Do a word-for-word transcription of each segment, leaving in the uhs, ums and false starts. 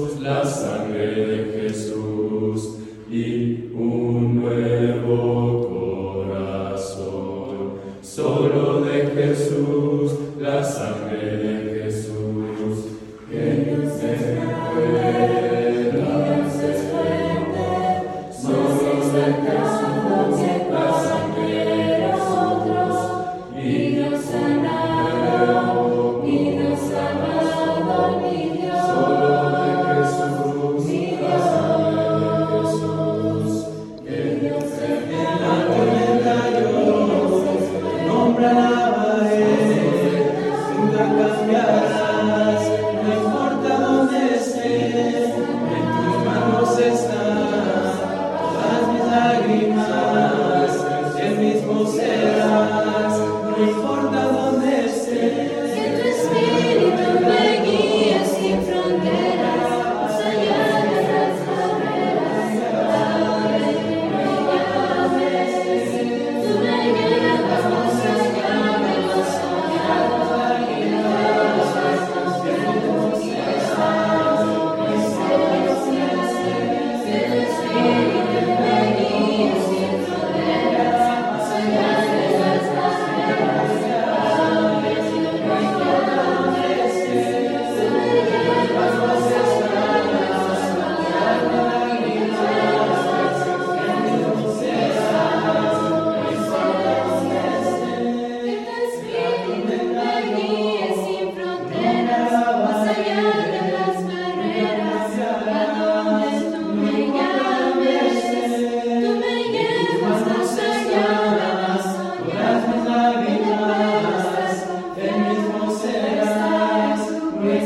la sangre de Jesús y un nuevo corazón. Solo de Jesús, la sangre de Jesús, que no se pueda desprender. Solo de Jesús, la sangre de nosotros, y nos sanado, y nos amado, mi Dios. Solo de Jesús, mi Dios, Jesús, que Dios se nombre alabaré, nunca cambiarás, no importa dónde estés, en tus manos están todas mis lágrimas, el mismo serás, no importa dónde estés. Que tu espíritu me guíe sin fronteras, más allá de las barreras, a donde tú me llames, tú me llevas más allá de lo soñado, y de los pasos que hemos trazado, mis celestiales. Que tu espíritu me guíe sin fronteras, más allá de las barreras, a donde tú me llames, tú me llevas más allá de lo soñado, y de los pasos que hemos trazado, mis celestiales. Que tu espíritu me guíe sin fronteras, más allá de las barreras, a donde tú me llames, tú me llevas más allá de lo soñado, y de los pasos que hemos trazado, mis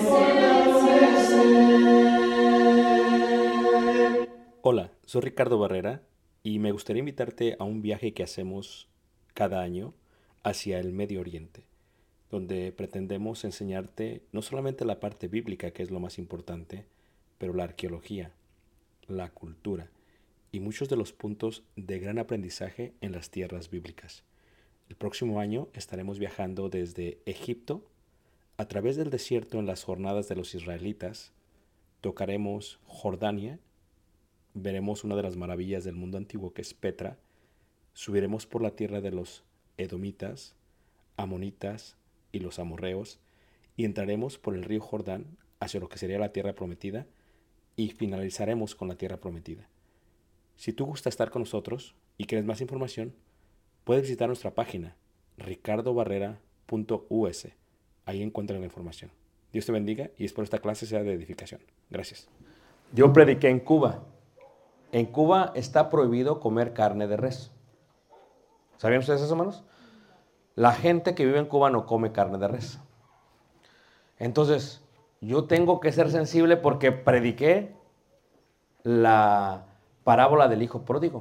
celestiales. Hola, soy Ricardo Barrera y me gustaría invitarte a un viaje que hacemos cada año hacia el Medio Oriente, donde pretendemos enseñarte no solamente la parte bíblica, que es lo más importante, pero la arqueología, la cultura y muchos de los puntos de gran aprendizaje en las tierras bíblicas. El próximo año estaremos viajando desde Egipto a través del desierto en las jornadas de los israelitas, tocaremos Jordania, veremos una de las maravillas del mundo antiguo que es Petra, subiremos por la tierra de los edomitas, amonitas y los amorreos y entraremos por el río Jordán hacia lo que sería la tierra prometida y finalizaremos con la tierra prometida. Si tú gustas estar con nosotros y quieres más información, puedes visitar nuestra página ricardo barrera punto u s. Ahí encuentras la información. Dios te bendiga y espero esta clase sea de edificación. Gracias. Yo prediqué en Cuba. En Cuba está prohibido comer carne de res. ¿Sabían ustedes eso, hermanos? La gente que vive en Cuba no come carne de res. Entonces, yo tengo que ser sensible porque prediqué la parábola del hijo pródigo.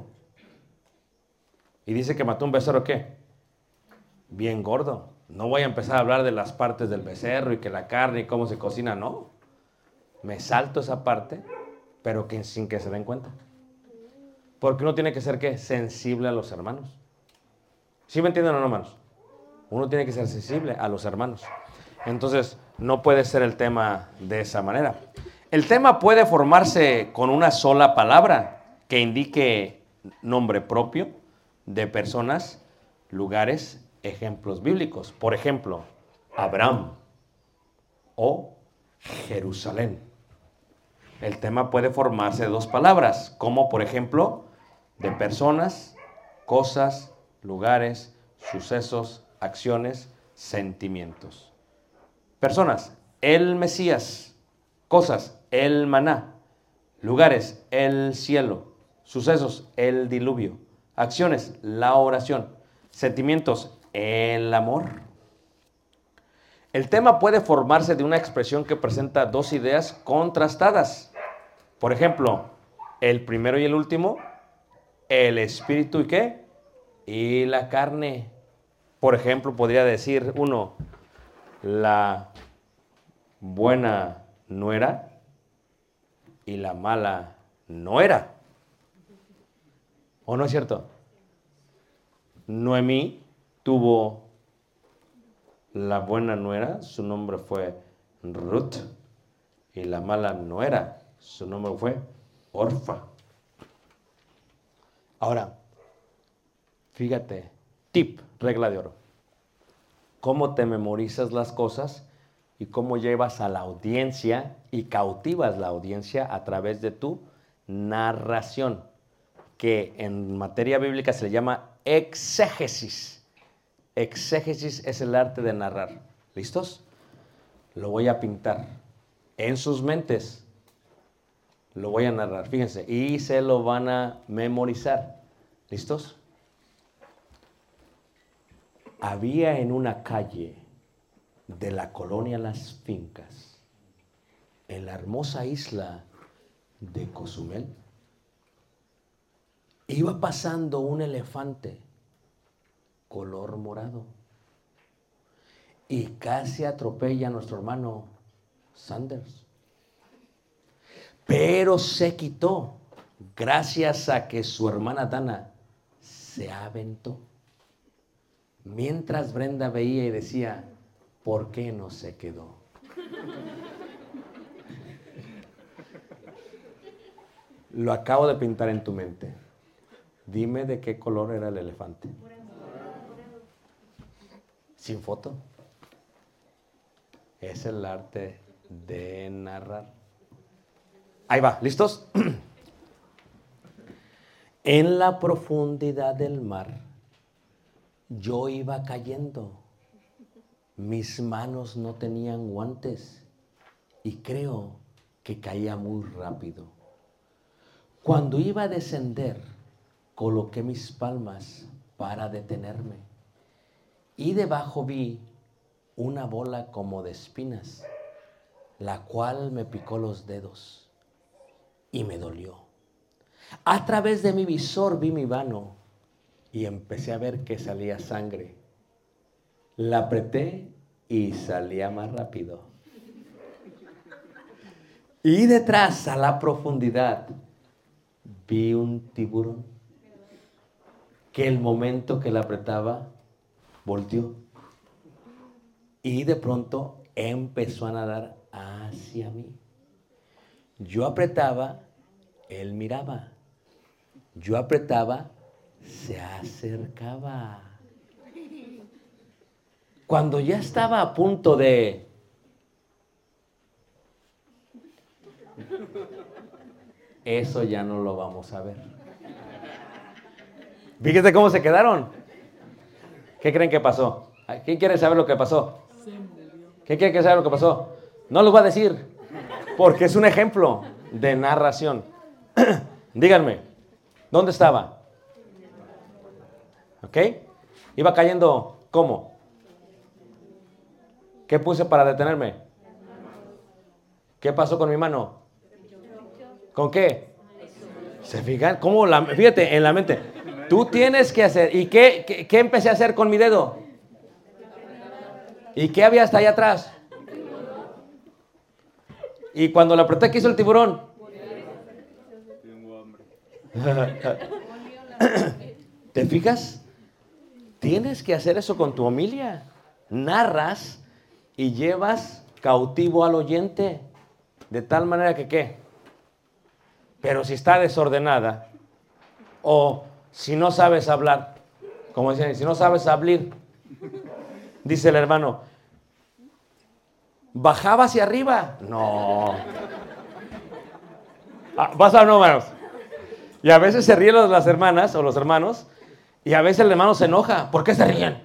Y dice que mató un becerro, ¿qué? Bien gordo. No voy a empezar a hablar de las partes del becerro y que la carne y cómo se cocina, no. Me salto esa parte, pero que, sin que se den cuenta. Porque uno tiene que ser, ¿qué? Sensible a los hermanos. ¿Sí me entienden o no, hermanos? Uno tiene que ser sensible a los hermanos. Entonces, no puede ser el tema de esa manera. El tema puede formarse con una sola palabra que indique nombre propio de personas, lugares, ejemplos bíblicos. Por ejemplo, Abraham o Jerusalén. El tema puede formarse de dos palabras, como por ejemplo, de personas, cosas, lugares, sucesos, acciones, sentimientos. Personas, el Mesías. Cosas, el maná. Lugares, el cielo. Sucesos, el diluvio. Acciones, la oración. Sentimientos, el amor. El tema puede formarse de una expresión que presenta dos ideas contrastadas. Por ejemplo, el primero y el último, el espíritu y qué, y la carne. Por ejemplo, podría decir uno, la buena nuera y la mala nuera. ¿O no es cierto? Noemí tuvo la buena nuera, su nombre fue Ruth, y la mala nuera Su nombre fue Orfa. Ahora, fíjate, tip, regla de oro. Cómo te memorizas las cosas y cómo llevas a la audiencia y cautivas la audiencia a través de tu narración, que en materia bíblica se le llama exégesis. Exégesis es el arte de narrar. ¿Listos? Lo voy a pintar en sus mentes. Lo voy a narrar, fíjense, y se lo van a memorizar. ¿Listos? Había en una calle de la colonia Las Fincas, en la hermosa isla de Cozumel, iba pasando un elefante color morado y casi atropella a nuestro hermano Sanders. Pero se quitó gracias a que su hermana Dana se aventó. Mientras Brenda veía y decía, ¿por qué no se quedó? Lo acabo de pintar en tu mente. Dime de qué color era el elefante. Sin foto. Es el arte de narrar. Ahí va, ¿listos? En la profundidad del mar, yo iba cayendo. Mis manos no tenían guantes y creo que caía muy rápido. Cuando iba a descender, coloqué mis palmas para detenerme y debajo vi una bola como de espinas, la cual me picó los dedos y me dolió. A través de mi visor vi mi mano y empecé a ver que salía sangre. La apreté y salía más rápido. Y detrás, a la profundidad, vi un tiburón que el momento que la apretaba, volteó. Y de pronto empezó a nadar hacia mí. Yo apretaba, él miraba. Yo apretaba, se acercaba. Cuando ya estaba a punto de... Eso ya no lo vamos a ver. Fíjense cómo se quedaron. ¿Qué creen que pasó? ¿Quién quiere saber lo que pasó? ¿Quién quiere saber lo que pasó? No lo voy a decir, porque es un ejemplo de narración. Díganme, ¿dónde estaba? ¿Ok? Iba cayendo, ¿cómo? ¿Qué puse para detenerme? ¿Qué pasó con mi mano? ¿Con qué? ¿Se fijan? ¿Cómo la, fíjate, en la mente. Tú tienes que hacer. ¿Y qué, qué, qué empecé a hacer con mi dedo? ¿Y qué había hasta allá atrás? Y cuando la apreté, ¿qué hizo el tiburón? ¿Te fijas? Tienes que hacer eso con tu homilia. Narras y llevas cautivo al oyente. De tal manera que, ¿qué? Pero si está desordenada, o si no sabes hablar, como decían, si no sabes hablar, dice el hermano, ¿bajaba hacia arriba? No. Ah, ¿pasa o no, hermanos? Y a veces se ríen las hermanas o los hermanos, y a veces el hermano se enoja. ¿Por qué se ríen?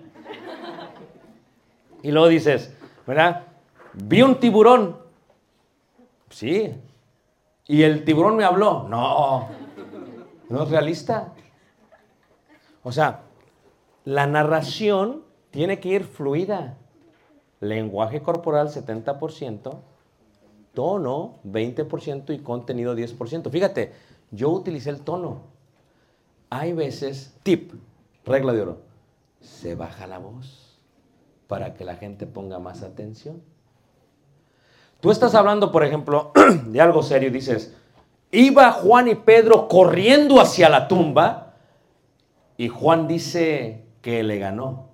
Y luego dices, ¿verdad? Vi un tiburón. Sí. ¿Y el tiburón me habló? No. No es realista. O sea, la narración tiene que ir fluida. Lenguaje corporal setenta por ciento, tono veinte por ciento y contenido diez por ciento. Fíjate, yo utilicé el tono. Hay veces, tip, regla de oro, se baja la voz para que la gente ponga más atención. Tú estás hablando, por ejemplo, de algo serio y dices, iba Juan y Pedro corriendo hacia la tumba y Juan dice que le ganó.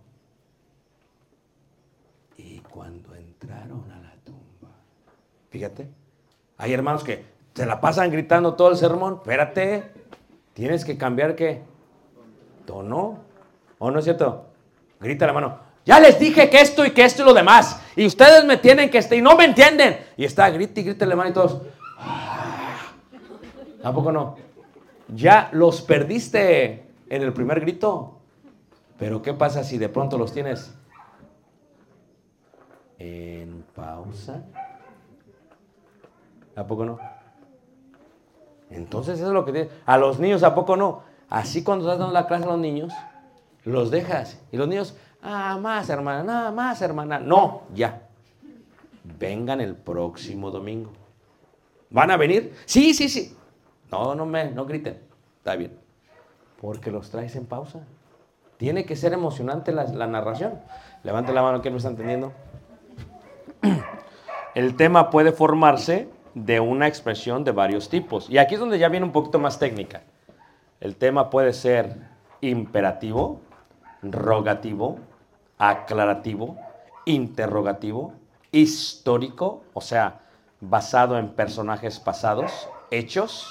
Y cuando entraron a la tumba, fíjate, hay hermanos que Se la pasan gritando todo el sermón. Espérate, tienes que cambiar ¿qué? Tono. ¿O no es cierto? Grita la mano. Ya les dije que esto y que esto y lo demás. Y ustedes me tienen que... y no me entienden. Y está, grita y grita la mano y todos. ¿Tampoco no? Ya los perdiste en el primer grito. Pero ¿qué pasa si de pronto los tienes en pausa? ¿A poco no? Entonces eso es lo que tienes. A los niños, ¿a poco no? Así cuando estás dando la clase a los niños, los dejas. Y los niños, ah, más hermana, nada más hermana. No, ya. Vengan el próximo domingo. ¿Van a venir? Sí, sí, sí. No, no me, no griten. Está bien. Porque los traes en pausa. Tiene que ser emocionante la, la narración. Levante la mano, ¿quién me está entendiendo? El tema puede formarse de una expresión de varios tipos. Y aquí es donde ya viene un poquito más técnica. El tema puede ser imperativo, rogativo, aclarativo, interrogativo, histórico, o sea, basado en personajes pasados, hechos,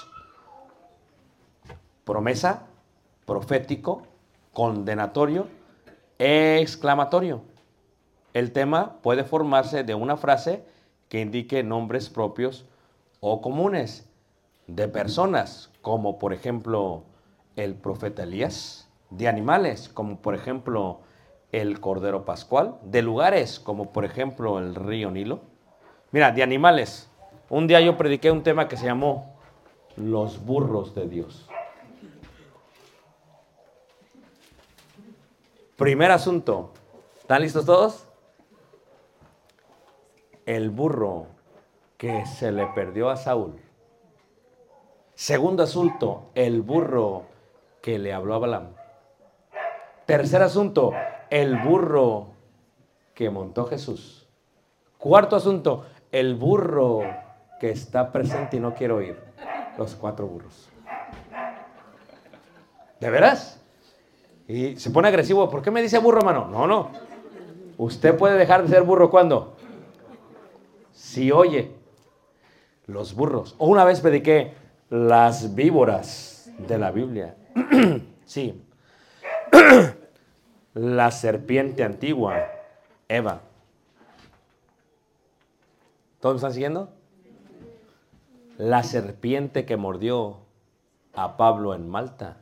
promesa, profético, condenatorio, exclamatorio. El tema puede formarse de una frase que indique nombres propios o comunes de personas, como por ejemplo el profeta Elías, de animales, como por ejemplo el Cordero Pascual, de lugares, como por ejemplo el río Nilo. Mira, de animales, un día yo prediqué un tema que se llamó los burros de Dios. Primer asunto, ¿están listos todos? El burro que se le perdió a Saúl. Segundo asunto, el burro que le habló a Balaam. Tercer asunto, el burro que montó Jesús. Cuarto asunto, el burro que está presente y no quiere oír. Los cuatro burros. ¿De veras? Y se pone agresivo. ¿Por qué me dice burro, hermano? No, no. Usted puede dejar de ser burro ¿cuándo? Si oye los burros. O una vez prediqué las víboras de la Biblia. Sí. La serpiente antigua, Eva. ¿Todos me están siguiendo? La serpiente que mordió a Pablo en Malta.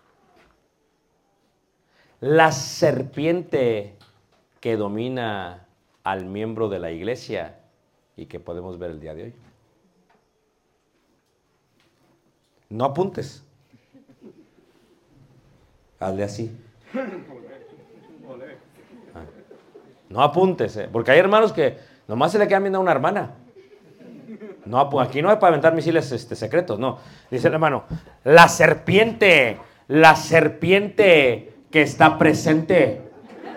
La serpiente que domina al miembro de la iglesia y que podemos ver el día de hoy. No apuntes. Hazle así. Ah. No apuntes, eh, porque hay hermanos que nomás se le quedan viendo a una hermana. No, aquí no hay para aventar misiles este, secretos, no. Dice el hermano, la serpiente, la serpiente que está presente.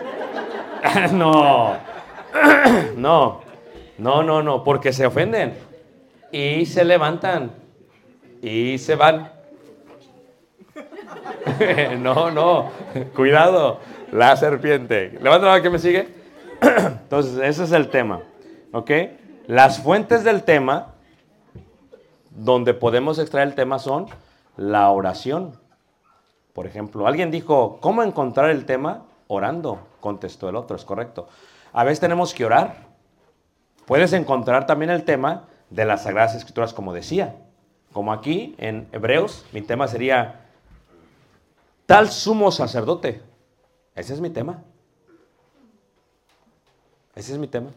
No, no, no, no, no, porque se ofenden y se levantan y se van. No, no, cuidado, la serpiente. Levanta la mano que me sigue. Entonces, ese es el tema, ¿ok? Las fuentes del tema, donde podemos extraer el tema son la oración. Por ejemplo, alguien dijo, ¿cómo encontrar el tema? Orando, contestó el otro, es correcto. A veces tenemos que orar. Puedes encontrar también el tema de las Sagradas Escrituras, como decía. Como aquí en Hebreos, mi tema sería tal sumo sacerdote. Ese es mi tema. Ese es mi tema.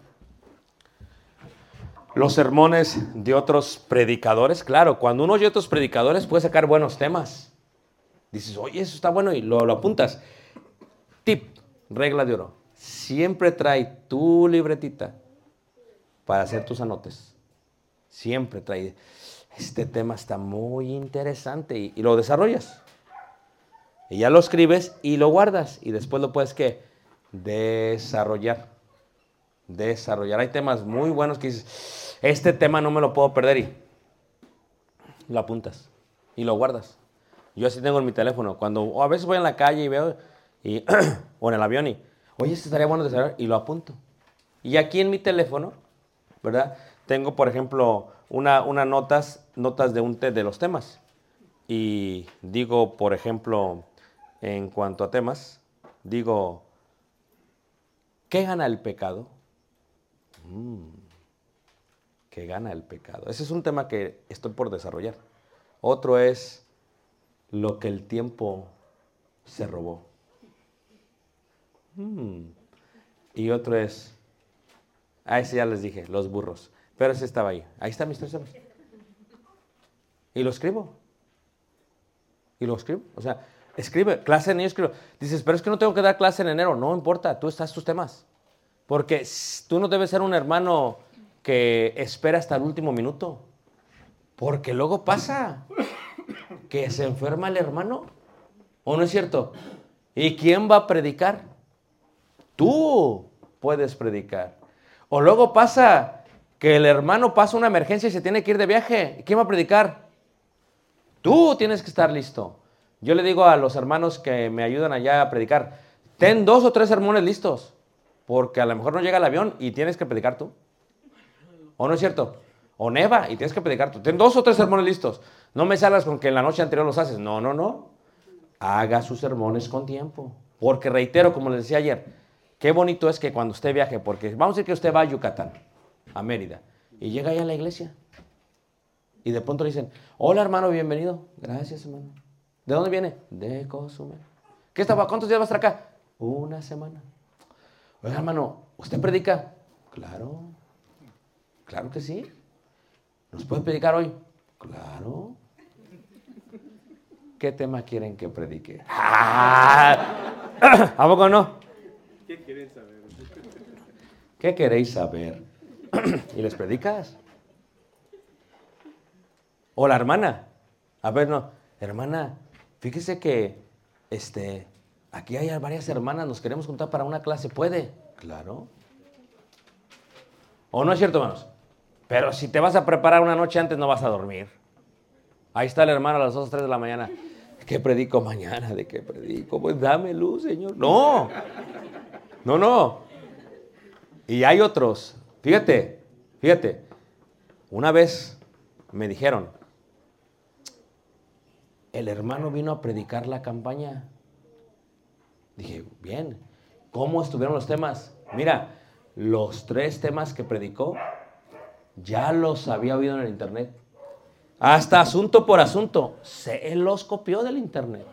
Los sermones de otros predicadores, claro, cuando uno oye otros predicadores puede sacar buenos temas. Dices, oye, eso está bueno y lo, lo apuntas. Tip, regla de oro. Siempre trae tu libretita para hacer tus anotes. Siempre trae. Este tema está muy interesante y, y lo desarrollas. Y ya lo escribes y lo guardas y después lo puedes, ¿qué? Desarrollar. Desarrollar. Hay temas muy buenos que dices, este tema no me lo puedo perder y lo apuntas y lo guardas. Yo así tengo en mi teléfono. Cuando o a veces voy en la calle y veo, y, o en el avión y, oye, este estaría bueno desarrollar y lo apunto. Y aquí en mi teléfono, ¿verdad? Tengo, por ejemplo, una, unas notas notas de, un te- de los temas. Y digo, por ejemplo, en cuanto a temas, digo, ¿qué gana el pecado? Mm, ¿qué gana el pecado? Ese es un tema que estoy por desarrollar. Otro es lo que el tiempo se robó. Mm. Y otro es, ah, ese ya les dije, los burros. Pero ese estaba ahí. Ahí están mis tres temas. Y lo escribo. Y lo escribo. O sea, escribe, clase en enero, escribo. Dices, pero es que no tengo que dar clase en enero. No importa, tú estás tus temas. Porque tú no debes ser un hermano que espera hasta el último minuto. Porque luego pasa que se enferma el hermano. ¿O no es cierto? ¿Y quién va a predicar? Tú puedes predicar. O luego pasa que el hermano pasa una emergencia y se tiene que ir de viaje. ¿Y quién va a predicar? Tú tienes que estar listo. Yo le digo a los hermanos que me ayudan allá a predicar, ten dos o tres sermones listos, porque a lo mejor no llega el avión y tienes que predicar tú. ¿O no es cierto? O neva y tienes que predicar tú. Ten dos o tres sermones listos. No me salgas con que en la noche anterior los haces. No, no, no. Haga sus sermones con tiempo. Porque reitero, como les decía ayer, qué bonito es que cuando usted viaje, porque vamos a decir que usted va a Yucatán, a Mérida, y llega ahí a la iglesia. Y de pronto le dicen, hola hermano, bienvenido. Gracias hermano. ¿De dónde viene? De Cozumel. ¿Qué estaba? ¿Cuántos días va a estar acá? Una semana. Oiga hermano, ¿usted predica? Claro. Claro que sí. ¿Nos puede predicar hoy? Claro. ¿Qué tema quieren que predique? ¿A poco no? ¿Qué quieren saber? ¿Qué queréis saber? ¿Y les predicas? O la hermana. A ver, no. Hermana, fíjese que este, aquí hay varias hermanas, nos queremos juntar para una clase. ¿Puede? Claro. ¿O no es cierto, hermanos? Pero si te vas a preparar una noche antes, no vas a dormir. Ahí está el hermano a las dos o tres de la mañana. ¿De qué predico mañana? ¿De qué predico? Pues dame luz, Señor. No. No, no. Y hay otros. Fíjate, fíjate. Una vez me dijeron, el hermano vino a predicar la campaña. Dije, bien. ¿Cómo estuvieron los temas? Mira, los tres temas que predicó, ya los había oído en el internet. Hasta asunto por asunto. Se los copió del internet.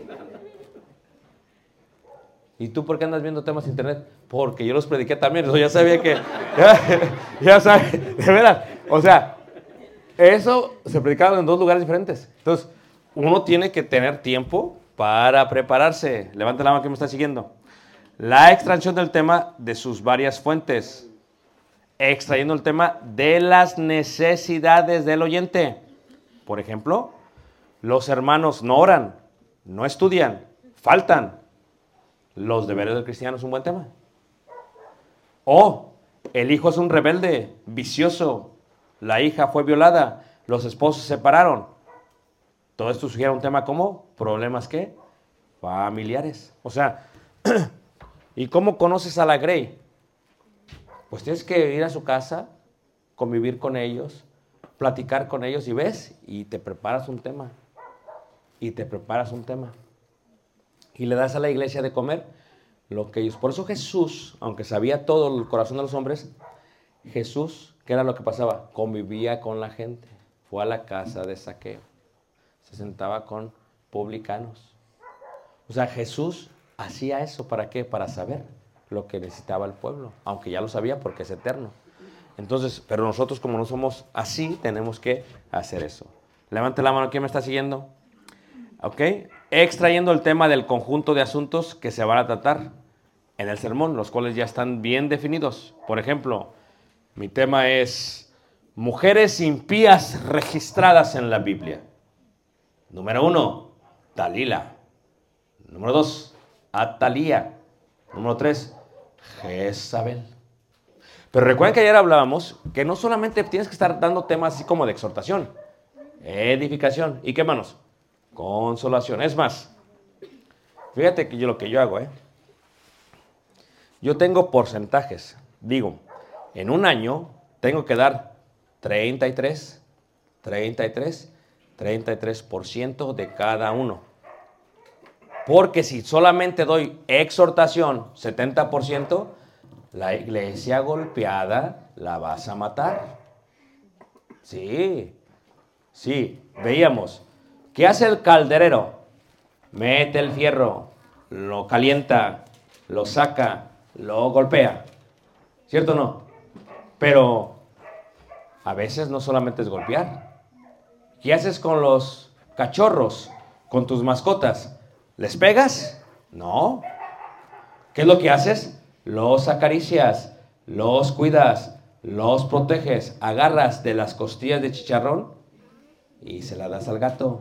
¿Y tú por qué andas viendo temas de internet? Porque yo los prediqué también. Eso ya sabía que... Ya, ya sabes, de veras. O sea, eso se predicaba en dos lugares diferentes. Entonces, uno tiene que tener tiempo para prepararse. Levanta la mano que me está siguiendo. La extracción del tema de sus varias fuentes. Extrayendo el tema de las necesidades del oyente. Por ejemplo, los hermanos no oran, no estudian, faltan. Los deberes del cristiano es un buen tema. O el hijo es un rebelde, vicioso, la hija fue violada, los esposos se separaron. Todo esto sugiere un tema como problemas ¿qué? Familiares. O sea, ¿y cómo conoces a la Grey? Pues tienes que ir a su casa, convivir con ellos, platicar con ellos y ves, y te preparas un tema. Y te preparas un tema. Y le das a la iglesia de comer lo que ellos... Por eso Jesús, aunque sabía todo el corazón de los hombres, Jesús, ¿qué era lo que pasaba? Convivía con la gente. Fue a la casa de Zaqueo. Se sentaba con publicanos. O sea, Jesús hacía eso. ¿Para qué? Para saber lo que necesitaba el pueblo. Aunque ya lo sabía porque es eterno. Entonces, pero nosotros como no somos así, tenemos que hacer eso. Levante la mano, ¿quién me está siguiendo? ¿Ok? Extrayendo el tema del conjunto de asuntos que se van a tratar en el sermón, los cuales ya están bien definidos. Por ejemplo, mi tema es mujeres impías registradas en la Biblia. Número uno, Dalila. Número dos, Atalía. Número tres, Jezabel. Pero recuerden que ayer hablábamos que no solamente tienes que estar dando temas así como de exhortación, edificación. ¿Y qué, hermanos? Consolación. Es más, fíjate que yo lo que yo hago, ¿eh? Yo tengo porcentajes. Digo, en un año tengo que dar treinta y tres, treinta y tres, treinta y tres por ciento de cada uno. Porque si solamente doy exhortación, setenta por ciento, la iglesia golpeada la vas a matar. Sí, sí, veíamos. ¿Qué hace el calderero? Mete el fierro, lo calienta, lo saca, lo golpea. ¿Cierto o no? Pero a veces no solamente es golpear. ¿Qué haces con los cachorros, con tus mascotas? ¿Les pegas? No. ¿Qué es lo que haces? Los acaricias, los cuidas, los proteges, agarras de las costillas de chicharrón y se la das al gato.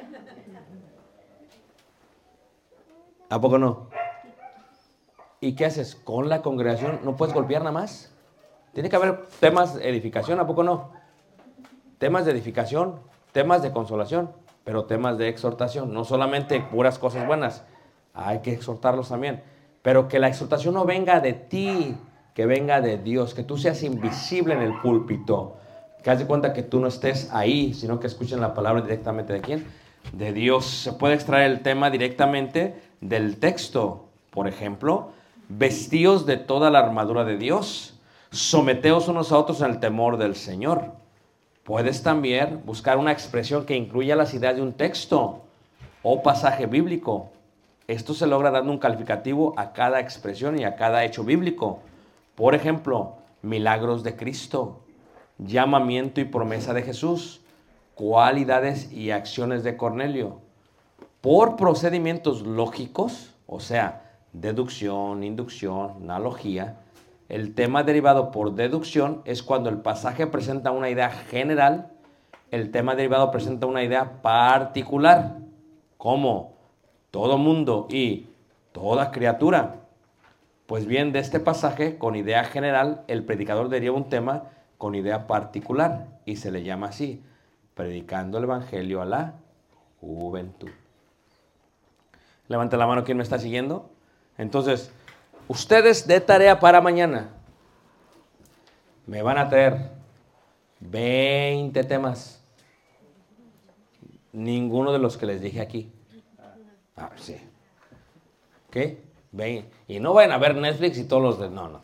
¿A poco no? ¿Y qué haces? Con la congregación no puedes golpear nada más. Tiene que haber temas de edificación, ¿a poco no? Temas de edificación, temas de consolación, pero temas de exhortación. No solamente puras cosas buenas, hay que exhortarlos también. Pero que la exhortación no venga de ti, que venga de Dios, que tú seas invisible en el púlpito. Que haz de cuenta que tú no estés ahí, sino que escuchen la palabra directamente de quién. De Dios. Se puede extraer el tema directamente del texto. Por ejemplo, vestíos de toda la armadura de Dios. Someteos unos a otros en el temor del Señor. Puedes también buscar una expresión que incluya las ideas de un texto o pasaje bíblico. Esto se logra dando un calificativo a cada expresión y a cada hecho bíblico. Por ejemplo, milagros de Cristo, llamamiento y promesa de Jesús, cualidades y acciones de Cornelio. Por procedimientos lógicos, o sea, deducción, inducción, analogía, el tema derivado por deducción es cuando el pasaje presenta una idea general, el tema derivado presenta una idea particular, como todo mundo y toda criatura. Pues bien, de este pasaje, con idea general, el predicador deriva un tema con idea particular y se le llama así, predicando el evangelio a la juventud. Levante la mano, ¿quién me está siguiendo? Entonces, ustedes de tarea para mañana me van a traer veinte temas. Ninguno de los que les dije aquí. Ah, sí. ¿Qué? veinte. Y no vayan a ver Netflix y todos los de... No, no.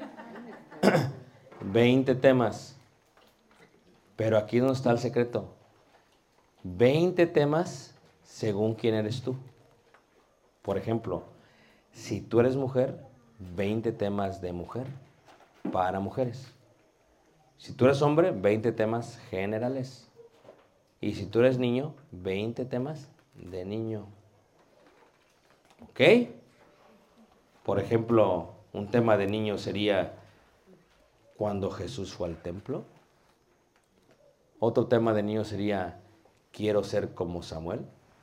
veinte temas. Pero aquí no está el secreto. veinte temas según quién eres tú. Por ejemplo, si tú eres mujer, veinte temas de mujer para mujeres. Si tú eres hombre, veinte temas generales. Y si tú eres niño, veinte temas de niño. ¿Ok? Por ejemplo, un tema de niño sería cuando Jesús fue al templo. Otro tema de niño sería quiero ser como Samuel.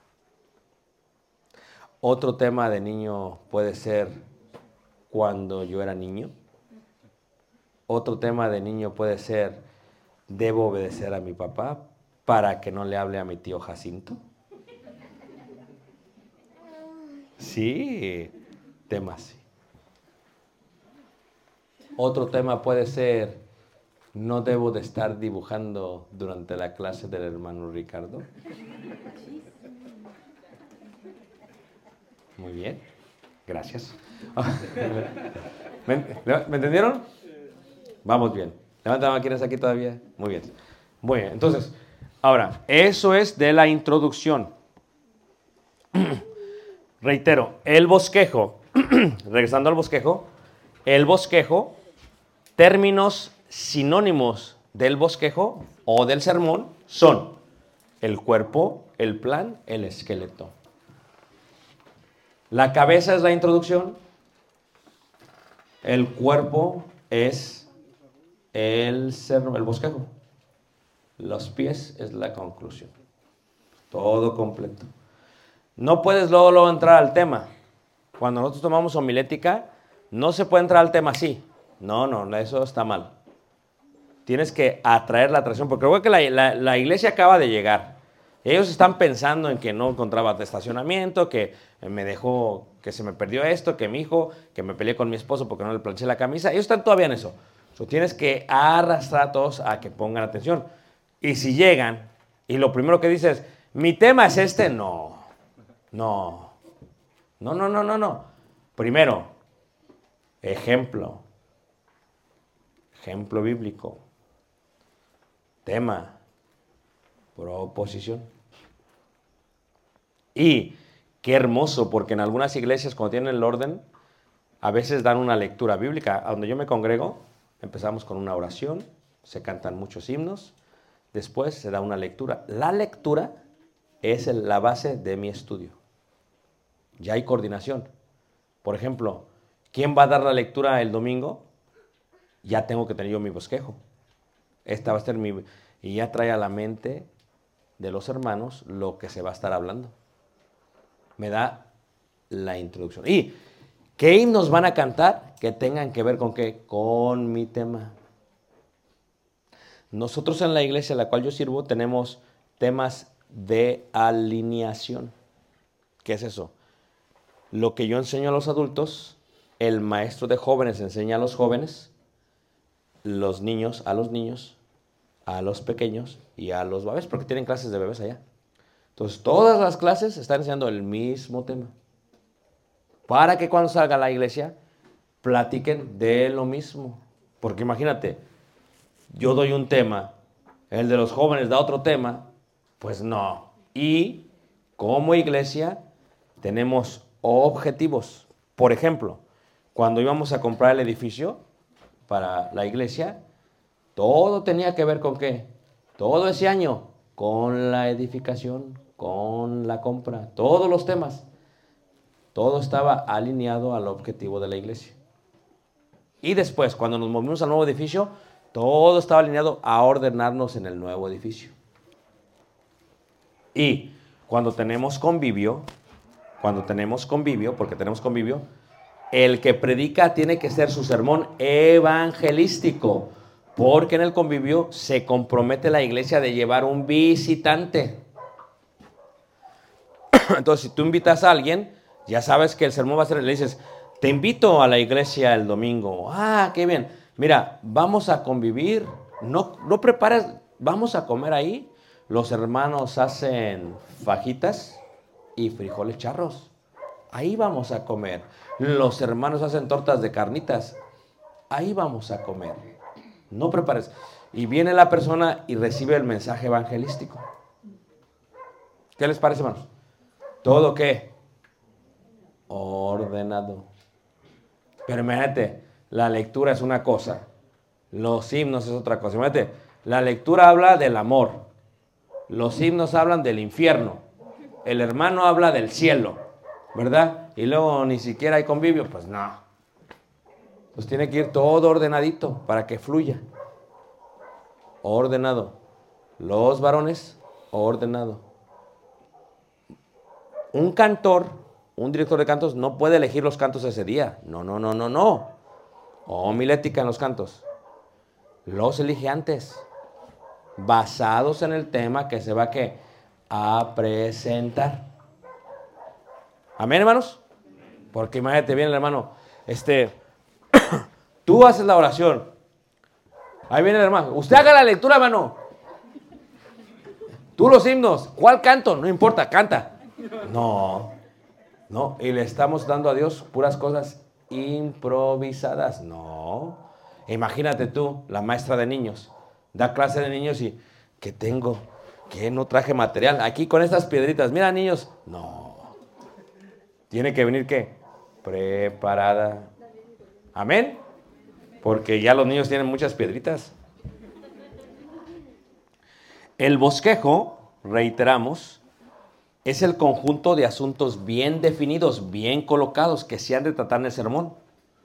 Otro tema de niño puede ser cuando yo era niño. Otro tema de niño puede ser debo obedecer a mi papá para que no le hable a mi tío Jacinto. Sí, temas sí. Otro tema puede ser no debo de estar dibujando durante la clase del hermano Ricardo. Muy bien, gracias. ¿Me, ¿Me entendieron? Vamos bien. Levanta la mano, ¿quién es aquí todavía? Muy bien. Muy bien, entonces, ahora, eso es de la introducción. Reitero, el bosquejo, regresando al bosquejo, el bosquejo, términos sinónimos del bosquejo o del sermón son el cuerpo, el plan, el esqueleto. La cabeza es la introducción, el cuerpo es el sermón, el bosquejo, los pies es la conclusión, todo completo. No puedes luego, luego entrar al tema. Cuando nosotros tomamos homilética, no se puede entrar al tema así. No, no, eso está mal. Tienes que atraer la atracción, porque creo que la, la, la iglesia acaba de llegar. Ellos están pensando en que no encontraba estacionamiento, que me dejó, que se me perdió esto, que mi hijo, que me peleé con mi esposo porque no le planché la camisa. Ellos están todavía en eso. So, tienes que arrastrar a todos a que pongan atención. Y si llegan Y lo primero que dices, mi tema es este, no, no, no, no, no, no, no. Primero, ejemplo, ejemplo bíblico, tema, proposición. Y qué hermoso, porque en algunas iglesias cuando tienen el orden, a veces dan una lectura bíblica. A donde yo me congrego, empezamos con una oración, se cantan muchos himnos, después se da una lectura. La lectura es el- la base de mi estudio. Ya hay coordinación. Por ejemplo, ¿quién va a dar la lectura el domingo? Ya tengo que tener yo mi bosquejo. Esta va a ser mi... Y ya trae a la mente de los hermanos lo que se va a estar hablando. Me da la introducción. ¿Y qué himnos van a cantar que tengan que ver con qué? Con mi tema. Nosotros en la iglesia a la cual yo sirvo tenemos temas de alineación. ¿Qué es eso? Lo que yo enseño a los adultos, el maestro de jóvenes enseña a los jóvenes, los niños a los niños, a los pequeños y a los bebés, porque tienen clases de bebés allá. Entonces, todas las clases están enseñando el mismo tema. Para que cuando salga a la iglesia, platiquen de lo mismo. Porque imagínate, yo doy un tema, el de los jóvenes da otro tema, pues no. Y como iglesia tenemos objetivos. Por ejemplo, cuando íbamos a comprar el edificio para la iglesia, todo tenía que ver con qué. Todo ese año, con la edificación, con la compra, todos los temas. Todo estaba alineado al objetivo de la iglesia. Y después, cuando nos movimos al nuevo edificio, todo estaba alineado a ordenarnos en el nuevo edificio. Y cuando tenemos convivio, cuando tenemos convivio, porque tenemos convivio, el que predica tiene que ser su sermón evangelístico, porque en el convivio se compromete la iglesia de llevar un visitante. Entonces, si tú invitas a alguien, ya sabes que el sermón va a ser, le dices, te invito a la iglesia el domingo. Ah, qué bien. Mira, vamos a convivir. No, no prepares, vamos a comer ahí. Los hermanos hacen fajitas y frijoles charros. Ahí vamos a comer. Los hermanos hacen tortas de carnitas. Ahí vamos a comer. No prepares. Y viene la persona y recibe el mensaje evangelístico. ¿Qué les parece, hermanos? ¿Todo qué? Ordenado. Pero imagínate, la lectura es una cosa, los himnos es otra cosa. Imagínate, la lectura habla del amor, los himnos hablan del infierno, el hermano habla del cielo, ¿verdad? Y luego ni siquiera hay convivio, pues no. Pues tiene que ir todo ordenadito para que fluya. Ordenado. Los varones, ordenado. Un cantor, un director de cantos no puede elegir los cantos ese día. No, no, no, no, no. Homilética en los cantos. Los elige antes. Basados en el tema que se va ¿qué? A presentar. ¿Amén, hermanos? Porque imagínate bien el hermano, este, tú haces la oración. Ahí viene el hermano. Usted haga la lectura, hermano. Tú los himnos. ¿Cuál canto? No importa, canta. No, no. Y le estamos dando a Dios puras cosas improvisadas. No. Imagínate tú, la maestra de niños. Da clase de niños y, ¿qué tengo? ¿Qué? No traje material. Aquí con estas piedritas. Mira, niños. No. Tiene que venir, ¿qué? Preparada. Amén. Porque ya los niños tienen muchas piedritas. El bosquejo, reiteramos, es el conjunto de asuntos bien definidos, bien colocados, que se han de tratar en el sermón.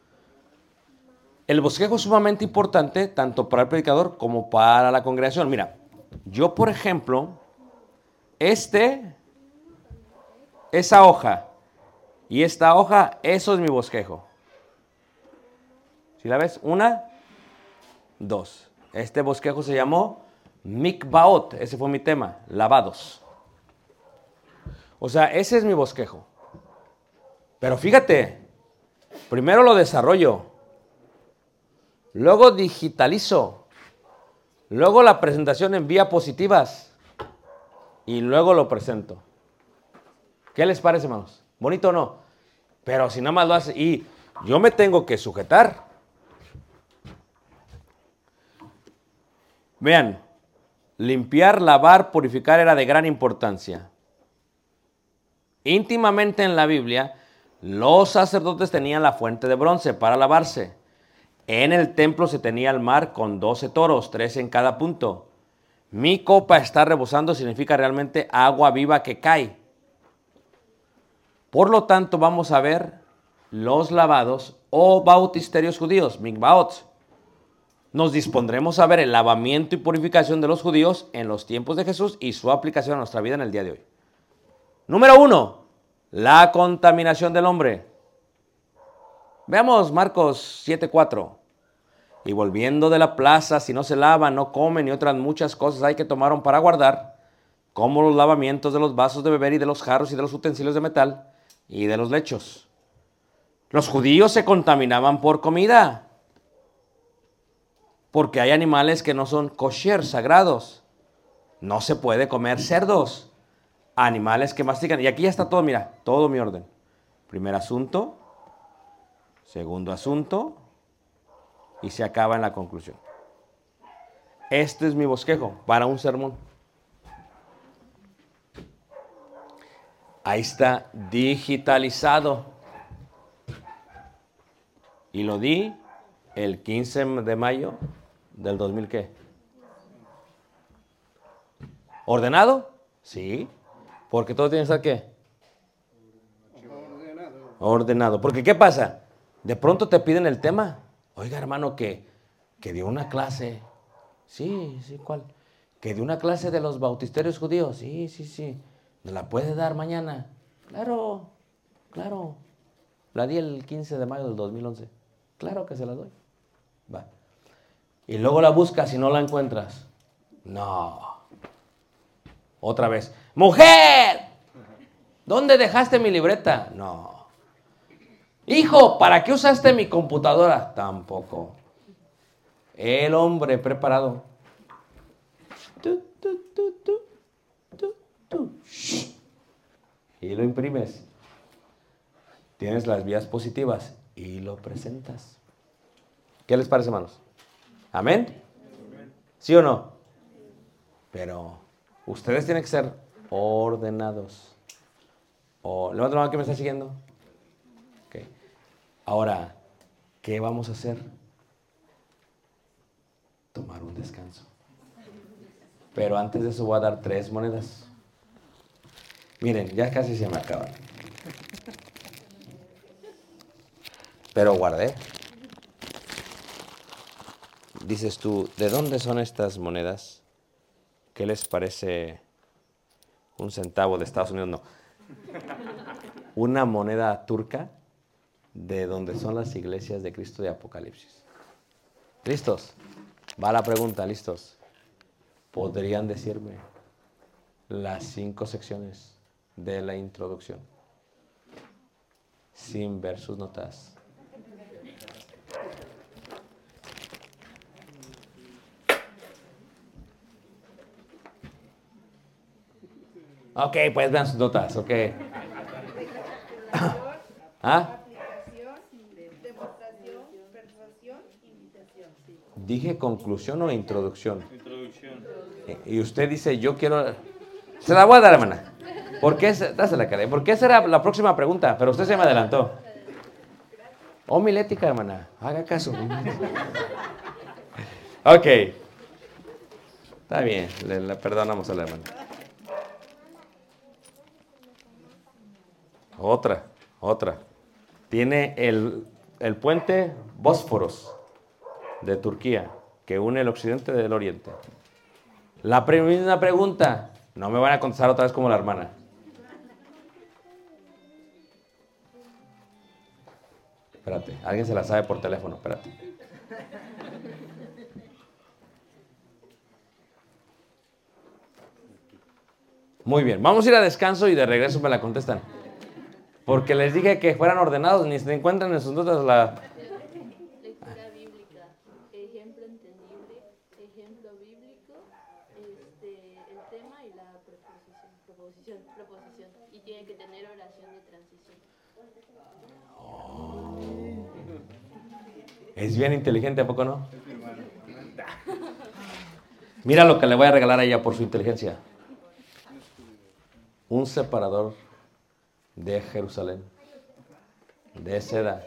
El bosquejo es sumamente importante tanto para el predicador como para la congregación. Mira, yo por ejemplo, este, esa hoja y esta hoja, eso es mi bosquejo. ¿Sí la ves? Una, dos. Este bosquejo se llamó Mikvaot, ese fue mi tema, lavados. O sea, ese es mi bosquejo. Pero fíjate, primero lo desarrollo, luego digitalizo, luego la presentación en diapositivas, y luego lo presento. ¿Qué les parece, hermanos? ¿Bonito o no? Pero si nada más lo hace y yo me tengo que sujetar. Vean, limpiar, lavar, purificar era de gran importancia. Íntimamente en la Biblia, los sacerdotes tenían la fuente de bronce para lavarse. En el templo se tenía el mar con doce toros, tres en cada punto. Mi copa está rebosando significa realmente agua viva que cae. Por lo tanto, vamos a ver los lavados o bautisterios judíos, mikvaot. Nos dispondremos a ver el lavamiento y purificación de los judíos en los tiempos de Jesús y su aplicación a nuestra vida en el día de hoy. Número uno, la contaminación del hombre. Veamos Marcos siete cuatro. Y volviendo de la plaza, si no se lavan, no comen y otras muchas cosas hay que tomaron para guardar, como los lavamientos de los vasos de beber y de los jarros y de los utensilios de metal y de los lechos. Los judíos se contaminaban por comida, porque hay animales que no son kosher, sagrados. No se puede comer cerdos, animales que mastican. Y aquí ya está todo, mira, todo mi orden. Primer asunto, segundo asunto, y se acaba en la conclusión. Este es mi bosquejo para un sermón. Ahí está digitalizado. Y lo di el quince de mayo del dos mil, ¿qué? ¿Ordenado? Sí. Porque todo tiene que estar, ¿qué? Ordenado. Ordenado. Porque, ¿qué pasa? De pronto te piden el tema. Oiga, hermano, que, que dio una clase. Sí, sí, ¿cuál? Que dio una clase de los bautisterios judíos. Sí, sí, sí. ¿Me la puede dar mañana? Claro, claro. La di el quince de mayo del dos mil once. Claro que se la doy. Va. Y luego la buscas y no la encuentras. No. Otra vez. ¡Mujer! ¿Dónde dejaste mi libreta? No. Hijo, ¿para qué usaste mi computadora? Tampoco. El hombre preparado. Tu, tu, tu, tu, tu, tu. Y lo imprimes. Tienes las vías positivas y lo presentas. ¿Qué les parece, hermanos? ¿Amén? ¿Sí o no? Pero ustedes tienen que ser ordenados. O, levanta la mano que me está siguiendo. Okay. Ahora, ¿qué vamos a hacer? Tomar un descanso. Pero antes de eso voy a dar tres monedas. Miren, ya casi se me acaban. Pero guardé. Dices tú, ¿de dónde son estas monedas? ¿Qué les parece un centavo de Estados Unidos? No. Una moneda turca de donde son las iglesias de Cristo de Apocalipsis. ¿Listos? Va la pregunta, ¿listos? ¿Podrían decirme las cinco secciones de la introducción sin ver sus notas? Ok, pues vean sus notas, ok. ¿Ah? Dije conclusión o introducción. Introducción. Y usted dice, yo quiero... Se la voy a dar, hermana. ¿Por qué? Dásela, cara. Porque esa era la próxima pregunta, pero usted se me adelantó. Homilética, hermana. Haga caso. Ok. Está bien, le, le perdonamos a la hermana. Otra, otra. Tiene el, el puente Bósforos de Turquía, que une el occidente del oriente. La primera pregunta, no me van a contestar otra vez como la hermana. Espérate, alguien se la sabe por teléfono, espérate. Muy bien, vamos a ir a descanso y de regreso me la contestan. Porque les dije que fueran ordenados, ni se encuentran en sus notas la... Lectura bíblica, ejemplo entendible, ejemplo bíblico, este, el tema y la preposición. proposición, proposición y tiene que tener oración de transición. Es bien inteligente, ¿a poco no? Mira lo que le voy a regalar a ella por su inteligencia. Un separador de Jerusalén, de seda.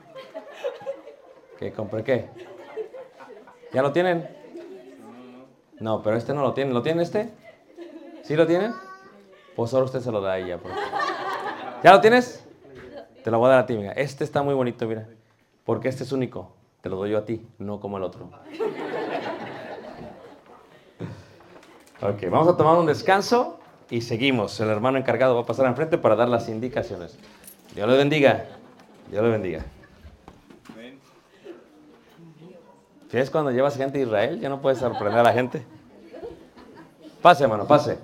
¿Qué compré qué? ¿Ya lo tienen? No, pero este no lo tiene. ¿Lo tiene este? ¿Sí lo tienen? Pues ahora usted se lo da a ella. Por favor. ¿Ya lo tienes? Te lo voy a dar a ti, mira. Este está muy bonito, mira. Porque este es único. Te lo doy yo a ti, no como el otro. Ok, vamos a tomar un descanso y seguimos. El hermano encargado va a pasar enfrente para dar las indicaciones. Dios le bendiga. Dios le bendiga. ¿Sí es cuando llevas gente de Israel? Ya no puedes sorprender a la gente. Pase, hermano, pase.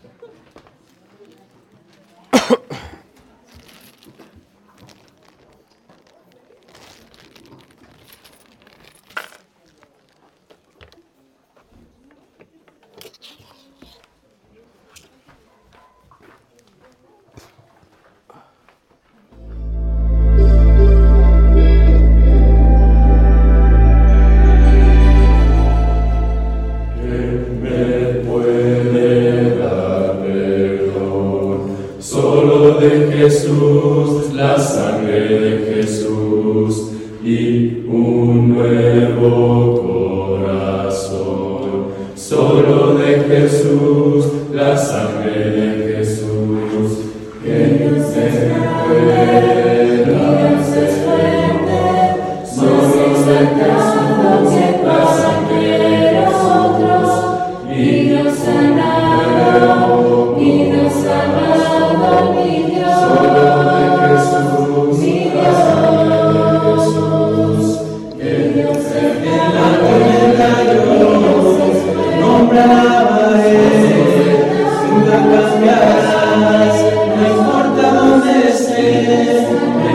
Jesús, la sangre de Jesús y un nuevo corazón. Solo de Jesús, la sangre de Jesús, que Dios es grande, Dios es fuerte. Solo de Jesús, la sangre de nosotros, y Dios sanado, y Dios sanado, mi Dios. Solo de Jesús, mi Dios, Jesús, que Dios es en la tormenta yo nombraré, nunca cambiarás, no importa dónde estés.